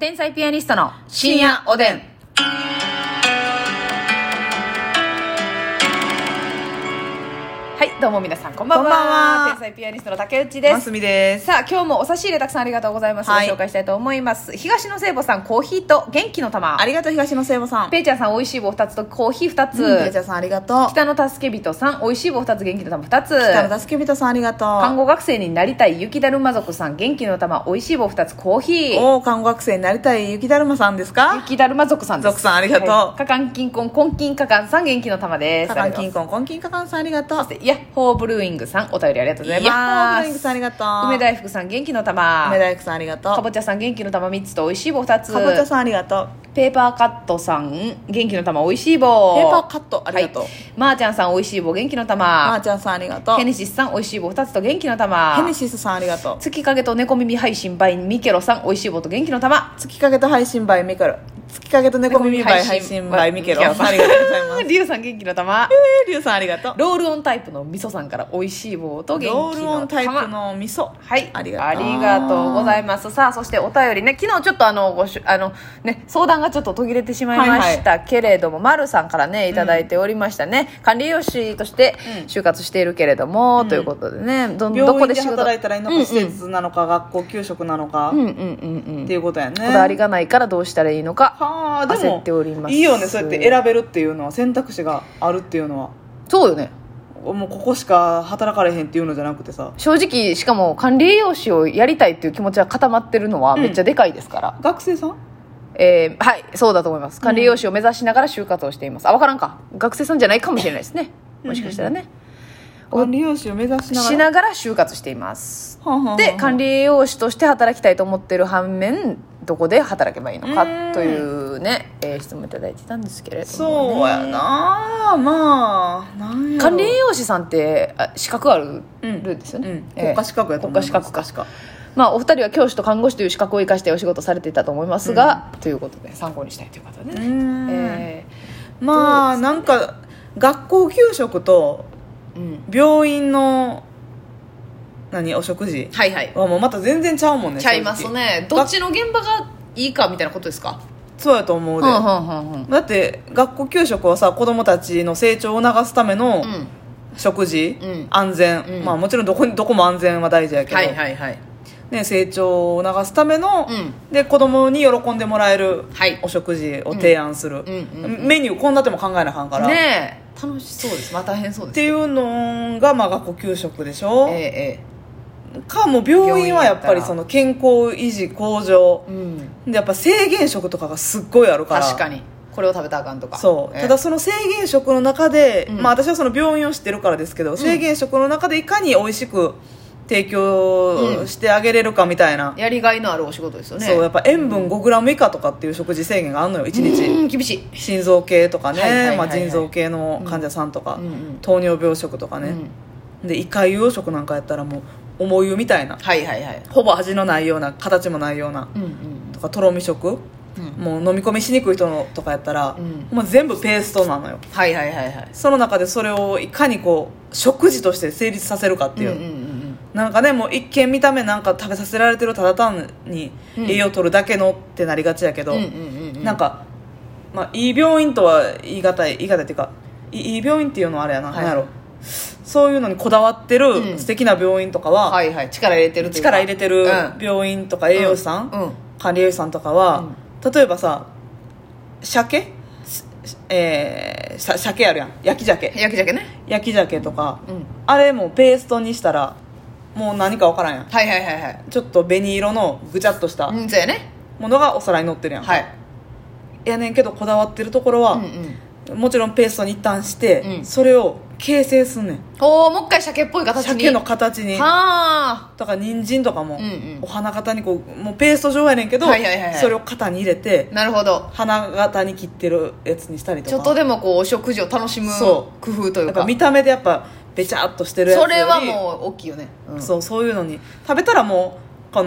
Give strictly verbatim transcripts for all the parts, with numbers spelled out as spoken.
天才ピアニストの深夜おでん。はい、どうも皆さんこんばんは。 こんばんは。 天才ピアニストの竹内です。 ますみです。 さあ、今日もお差し入れたくさんありがとうございます、はい、ご紹介したいと思います。東野聖母さん、コーヒーと元気の玉。 ありがとう。東野聖母さん。 ペイちゃんさん、おいしい棒ふたつとコーヒーふたつ、 うん、ペイちゃんさんありがとう。 北野助人さん、おいしい棒ふたつ元気の玉ふたつ。 北野助人さんありがとう。 看護学生になりたい雪だるま族さん、元気の玉おいしい棒ふたつコーヒー。 おー、看護学生になりたい雪だるまさんですか。 雪だるま族さんです。 族さんありがとう。 はい、かかんきんこんこんきんかかんさん、元気の玉です。 かかんきんこんこんきんかかんさんありがとう。 そしてヤッホーブルーイングさん、お便りありがとうございます。 ヤッホーブルーイングさんありがとう。 梅大福さん、元気の玉。 梅大福さんありがとう。 かぼちゃさん、元気の玉みっつとおいしい棒ふたつ。 かぼちゃさんありがとう。 ペーパーカットさん、元気の玉おいしい棒。 ペーパーカットありがとう。 はい、まーちゃんさん、おいしい棒元気の玉。 まーちゃんさんありがとう。 ヘネシスさん、おいしい棒ふたつと元気の玉。 ヘネシスさんありがとう。 月影と猫耳配信バイミケロさん、おいしい棒と元気の玉。 月影と配信バイミケロ。月影と猫耳バイ配信バイミケロ。ありがとうございます。 リュウさん、元気の玉。 えー、リュウさんありがとう。 ロールオンタイプの味噌さんからおいしい棒と元気の玉。 ロールオンタイプの味噌。 はい、 ありがとう。 ありがとうございます。さあ、そしてお便りね、昨日ちょっとあのごしあのね相談がちょっと途切れてしまいましたけれども、はいはい、まるさんからねいただいておりましたね、うん、管理栄養士として就活しているけれども、うん、ということでね、どどこで仕事働いたらいいのか、施設なのか、うんうん、学校給食なのか、うんうんうんうん、っていうことやね。 こだわりがないからどうしたらいいのか焦っております。 いいよね、そうやって選べるっていうのは、選択肢があるっていうのは。 そうよね。 もうここしか働かれへんっていうのじゃなくてさ、 正直しかも管理栄養士をやりたいっていう気持ちが固まってるのはめっちゃでかいですから、 うん、学生さん、 えー、はいそうだと思います。管理栄養士を目指しながら就活をしています。あ、分からんか、学生さんじゃないかもしれないですね、もしかしたらね、 うんうん、管理栄養士を目指しながらしながら就活しています。 はんはんはんはん。 で、管理栄養士として働きたいと思ってる反面、どこで働けばいいのかというね、えー、質問いただいてたんですけれども、ね、 そうやな、まあなんやろ、 管理栄養士さんってあ資格あるんですよね、 うんうん、国家資格やと思います。 国家資格か。まあ、お二人は教師と看護師という資格を生かしてお仕事されていたと思いますが、うん、ということで参考にしたいということでね、えー、まあなんか学校給食と病院の何お食事はいはいはもうまた全然ちゃうもんね。 ちゃいますね。どっちの現場がいいかみたいなことですか。 そうやと思うで、うんうんうんうん、だって学校給食はさ、子供たちの成長を促すための食事、うん、安全、うん、まあもちろんどこどこも安全は大事やけど、 はいはいはいね、成長を促すための、 うん、 で子供に喜んでもらえるお食事を提案する、うんうんうん、メニュー献立も考えなあかんからねえ、楽しそうです。まあ大変そうですっていうのが、まあ、学校給食でしょ、 ええええ、 かも病院はやっぱりその健康維持向上、うん、でやっぱ制限食とかがすっごいあるから、 確かにこれを食べたらあかんとか。 そう、ええ、ただその制限食の中で、うん、まあ私はその病院を知ってるからですけど、うん、制限食の中でいかに美味しく提供してあげれるかみたいな、 うん、やりがいのあるお仕事ですよね。 そうやっぱ塩分 ごグラム 以下とかっていう食事制限があるのよ、いちにち。 うん、厳しい。 心臓系とかね、はいはいはいはい、まあ、腎臓系の患者さんとか、うんうん、糖尿病食とかね、うん、で胃潰瘍食なんかやったらもう重湯みたいな、 はいはいはい、 ほぼ味のないような形もないような、うんうん、とかとろみ食、うん、もう飲み込みしにくい人のとかやったら、うん、もう全部ペーストなのよ。 はいはいはいはい。 その中でそれをいかにこう食事として成立させるかっていう、うんうんうん、なんかね、もう一見見た目なんか食べさせられてるただ単に栄養取るだけのってなりがちやけど、うんうんうんうん、なんか、まあ、いい病院とは言い難い言い難いっていうか、いい病院っていうのはあれやな、はい、なんやろ、そういうのにこだわってる素敵な病院とかは、 うんはいはい、力入れてる力入れてる病院とか栄養士さん、うんうん、管理栄養士さんとかは、うん、例えばさ鮭えー、鮭あるやん、焼き鮭焼き鮭ね、 焼き鮭とか、うん、あれもペーストにしたらもう何か分からんやん。 はいはいはいはい。 ちょっと紅色のぐちゃっとしたうんそうやねものがお皿に乗ってるやん、 はい、 やねんけどこだわってるところは、うんうん、もちろんペーストに一旦して、うん、それを形成すんねん。 おー、もう一回鮭っぽい形に。 鮭の形に。 はだから人参とかも、うんうん、お花形にこうもうペースト状やねんけど、はいはいはいはい、それを型に入れて、 なるほど、 花形に切ってるやつにしたりとか、 ちょっとでもこうお食事を楽しむ工夫というか、 やっぱ見た目でやっぱべちゃっとしてるやつより、 それはもう大きいよね、 うん、そうそういうのに食べたらもうこの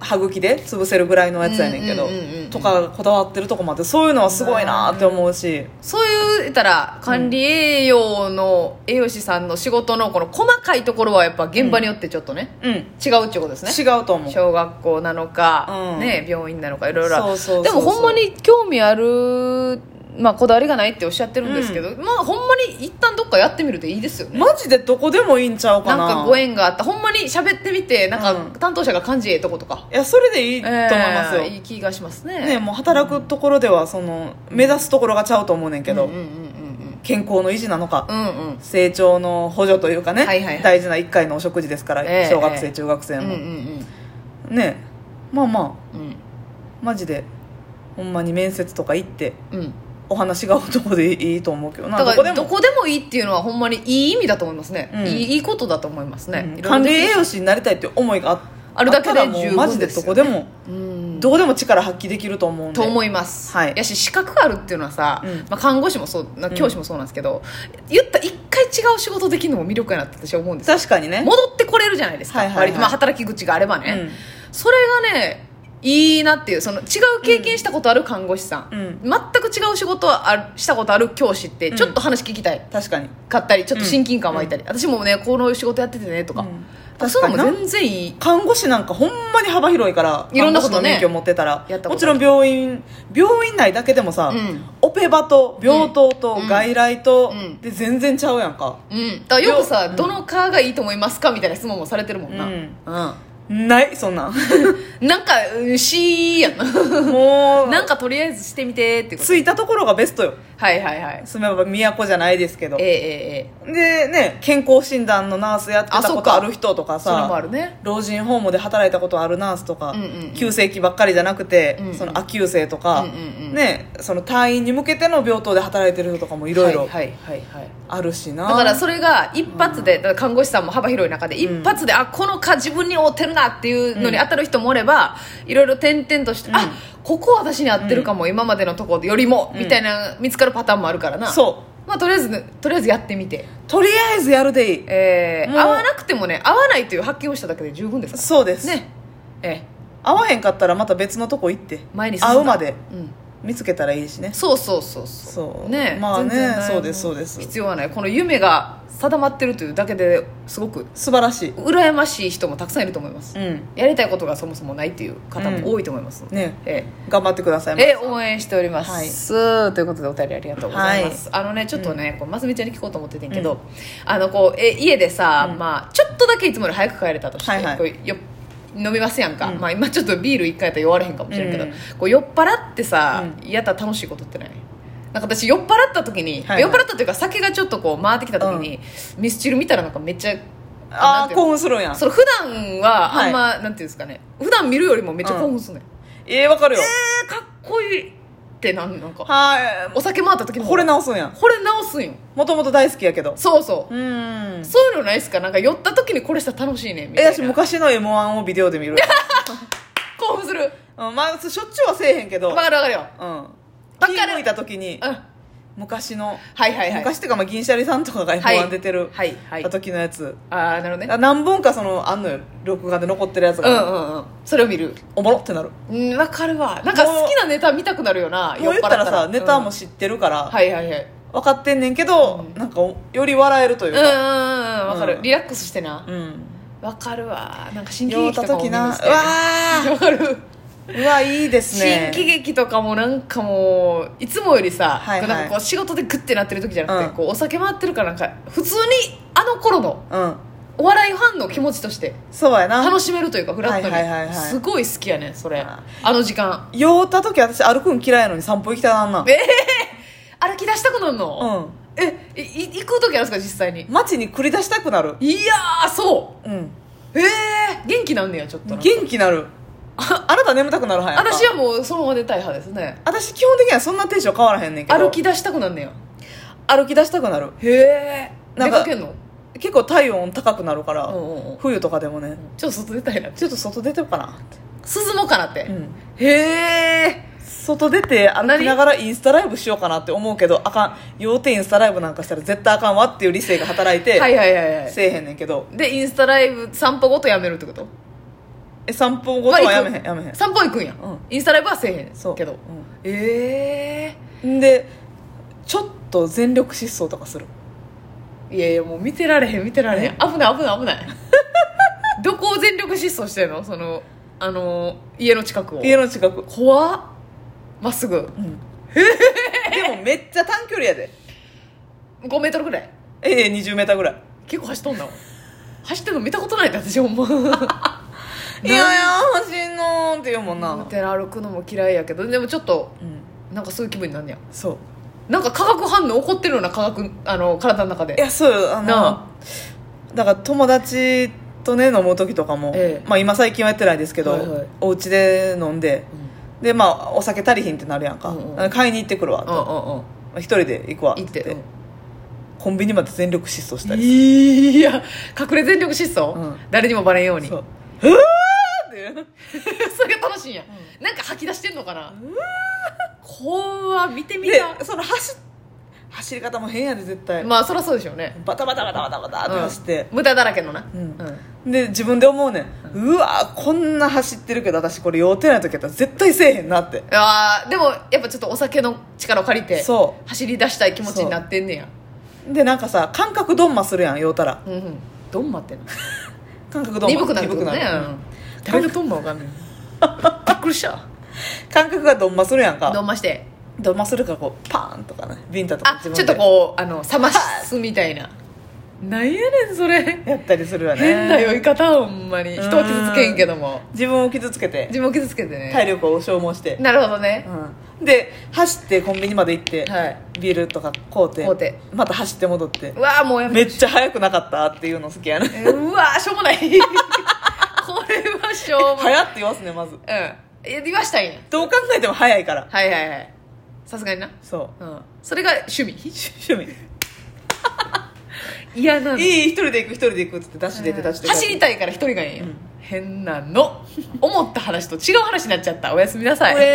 歯茎で潰せるぐらいのやつやねんけど、 うんうんうんうんとかこだわってるとこまでそういうのはすごいなって思うし、 そういう言ったら管理栄養の栄養士さんの仕事のこの細かいところはやっぱ現場によってちょっとね、 うん、 違うっていうことですね。 違うと思う。 小学校なのか、 うんね、病院なのかいろいろ。 そうそうそうそうでもほんまに興味ある、まあ、こだわりがないっておっしゃってるんですけど、まあ、ほんまに一旦どっかやってみるといいですよね。 マジでどこでもいいんちゃうかな。 なんかご縁があったほんまに喋ってみてなんうんか担当者が感じええとことか、 いやそれでいいと思いますよ、 えーいい気がしますね。 ね、もう働くところではその目指すところがちゃうと思うねんけど、 うんうんうん健康の維持なのか、 うんうんうん成長の補助というかね、 はいはいはい大事ないっかいのお食事ですから、 ええ小学生、中学生うんうんも、 うんねまあまあうんマジでほんまに面接とか行ってうんお話が合うとこでいいと思うけどな。 だからどどこでもこでもいいっていうのはほんまにいい意味だと思いますね、 うんいいいいことだと思いますね、 うんいろいろ管理できる栄養士になりたいっていう思いがああるだけであったらもう十分マジでですよねどこでもうんどこでも力発揮できると思うんでと思います、 はいやし資格あるっていうのはさ、 うんまあ、看護師もそうな教師もそうなんですけど、言ったら一回違う仕事できるのも魅力やなって私は思うんですよ。 確かにね、 戻ってこれるじゃないですか、 はいはいはい割とまあ、働き口があればね、 うんそれがねいいなっていう、その違う経験したことある看護師さん、 うん全く違う仕事をあるしたことある教師ってちょっと話聞きたい確かに、 かったりちょっと親近感湧いたり、私もねこの仕事やっててねとか、 うんそういうのも確かにな全然いい。 看護師なんかほんまに幅広いからいろんなことね看護師の免許持ってたらやったこともちろん病院病院内だけでもさ、 うんオペ場と病棟とうん外来と、 うんで全然ちゃうやんか、 うん、だからよくさ、 うんどの科がいいと思いますかみたいな質問もされてるもんな、 ううんんないそんなんなんかうんしーやんなもうなんかとりあえずしてみてってこと。 着いたところがベストよ。 はいはいはい。 住めば都じゃないですけどえええええでね健康診断のナースやってたあそっかことある人とかえそれもあさるね。 老人ホームで働いたことあるナースとか、 うんうんうん急性期ばっかりじゃなくて、 うんうんその亜急性とか、 うんうんうんね、その退院に向けての病棟で働いてる人とかもいろいろはいはいはいはい。 あるしな、 だからそれが一発で、だから看護師さんも幅広い中で一発で、あこの科自分に合ってるなっていうのに当たる人もおれば、いろいろ点々として、 うんあここ私に合ってるかも、今までのところよりも、 うんみたいな見つかるパターンもあるからな。 そうまあとりあえずねとりあえずやってみて、 とりあえずやるでいい、もうえー合わなくてもね合わないという発見をしただけで十分ですからそうです、 ね。ええ合わへんかったらまた別のとこ行って前に進んだ会うまでうん見つけたらいいしね。 そうそうそうそうそうねまあね全然ないそうですそうです必要はない。この夢が定まってるというだけですごく素晴らしい。 羨ましい人もたくさんいると思います、 うんやりたいことがそもそもないっていう方も多いと思います、 ねえ頑張ってくださいええ応援しております、ということでお便りありがとうございます、 はあのねちょっとね、こうますみちゃんに聞こうと思っててんけど、あのこうえ家でさ、 うんまあ、ちょっとだけいつもより早く帰れたとして、 はいはいこうよ飲みますやんか、 うんまあ、今ちょっとビールいっかいやったら酔われへんかもしれんけど、 うんこう酔っ払ってさ、 うやったら楽しいことってない？なんか私酔っ払った時に、 はいはい酔っ払ったというか酒がちょっとこう回ってきた時に、ミスチル見たらなんかめっちゃああなんていうの興奮するんや。 それ普段はあんま、なんていうんですかね、普段見るよりもめっちゃ興奮するね、ん、 ええわかるよ。 えー、かっこいいってなんなんかはいお酒回った時のこれ直すんや。 これ直すんよ。 もともと大好きやけど。 そうそう、 うんそういうのないっすか？なんか酔った時にこれしたら楽しいねみたいな。 えやし昔の エムワン をビデオで見る。 興奮する。 うん、まあしょっちゅうはせえへんけど、 わかるわかるよ。 うんかる気抜いた時にうん。はい昔の、 はいはい。 昔っていうかまあ銀シャリさんとかが エムワン 出てる、 はいはいた。時のやつ、 ああ、なるほどね。 あ何本かそのあんのよ録画で残ってるやつうんが、 うんうん。それを見る。 おもろってなる。 うん、わかるわ。なんか好きなネタ見たくなるよな。 もう言ったら酔さネタもうん知ってるから、 はいはいはい。 分かってんねんけど、 うんなんかより笑えるといううんうんうんか、 うん。わかる。 うんリラックスしてな。 うんわかるわ。なんか新喜酔った劇とかも見時な、うわるしねわかる。 ーうわいいですね。 新喜劇とかもなんかもういつもよりさ、 はいはいなんかこう仕事でグッてなってる時じゃなくて、 うんこうお酒回ってるからなんか普通にあの頃のうんお笑いファンの気持ちとしてそうやな。 楽しめるというかフラットに、 はいはいはいはいすごい好きやねんそれああの時間。 酔った時私歩くん嫌いやのに散歩行きたいなんな。 えー、歩き出したくなるの、 うんえいい行く時あるんですか実際に？ 街に繰り出したくなる。 いやーそうんうえー、元気なんねやちょっとなんか元気なる。ああなた眠たくなる派やんか。 私はもうそのまま出たい派ですね。 私基本的にはそんなテンション変わらへんねんけど、 歩き出したくなんねや。 歩き出したくなる。 へえなんか出かけんの？ 結構体温高くなるから、 うんうんうん冬とかでもね、 ちょっと外出たいなちょっと外出てようかなって、 涼もうかなって、 うん、 へえ外出て歩きながらインスタライブしようかなって思うけど、あかん、酔うてインスタライブなんかしたら絶対あかんわっていう理性が働いて、 はいはいはいはい。 せえへんねんけど、 でインスタライブ散歩ごとやめるってこと？ え散歩ごとはやめへんやめへん散歩行くんや、 うんインスタライブはせえへんそうけど、 うんえでちょっと全力疾走とかする。 えー、いやいやもう見てられへん見てられへん、危ない危ない危ないどこを全力疾走してんの、そのあの家の近くを。 家の近く、 怖っ、まっすぐうんでもめっちゃ短距離やで。 ごメートルぐらい、 ええにじゅうメーターぐらい。 結構走っとんだわ走ってんの見たことないって私ほんまいやいや走んのーって言うもんな。 見て歩くのも嫌いやけど、でもちょっとうんなんかそういう気分になんねや。 そうなんか化学反応起こってるような化学あの体の中で。 いやそうよあなのだから友達とね飲む時とかも、 ええまあ、今最近はやってないですけど、 はいはいお家で飲んで、でまあお酒足りひんってなるやんか、 うんうんあの買いに行ってくるわうんうんうんと、一人で行くわって行って、うんコンビニまで全力疾走したりする。 いや隠れ全力疾走、 うん誰にもバレんように。 そううわーっていうそれが楽しいんや、なんか吐き出してんのかな。怖っ、見てみでた。 その走走り方も変やで絶対、 まあそりゃそうでしょうね。 バタバタバタバタバタって走って、 うん無駄だらけのな、 うんうんで自分で思うねん、うわこんな走ってるけど私これ酔うてない時やったら絶対せえへんなって。 あーでもやっぱちょっとお酒の力を借りてそ走り出したい気持ちになってんねや。 でなんかさ感覚ドンマするやん酔うたら。 うんうんどんまってんの感覚ドンマ鈍くなるってことね、 鈍くなるうん誰がどんまわかんないびっくりした。 感覚がドンマするやんか。 どんましてドンマするからこうパーンとかねビンタとかあ自分でちょっとこうあの冷ますみたいな。なんやねんそれやったりするよね。 変な酔い方ほんまに。人は傷つけんけども自分を傷つけて自分を傷つけてね。 体力を消耗して、 なるほどね、 うん、で走ってコンビニまで行って、 はいビールとか買うて買うてまた走って戻ってうわーもうやめめっちゃ速くなかったっていうの好きやね。 えうわーしょうもないこれはしょうもない速って言わすねまず。 うんえ言わしたいんや。 どう考えても速いから。 はいはいはいさすがにな、 そううん、それが趣味趣味嫌なの。 いい一人で行く一人で行くっつってダッシュで行ってダッシュで帰って走りたいから一人がいいんや、 うん変なの思った話と違う話になっちゃった。おやすみなさい。 これ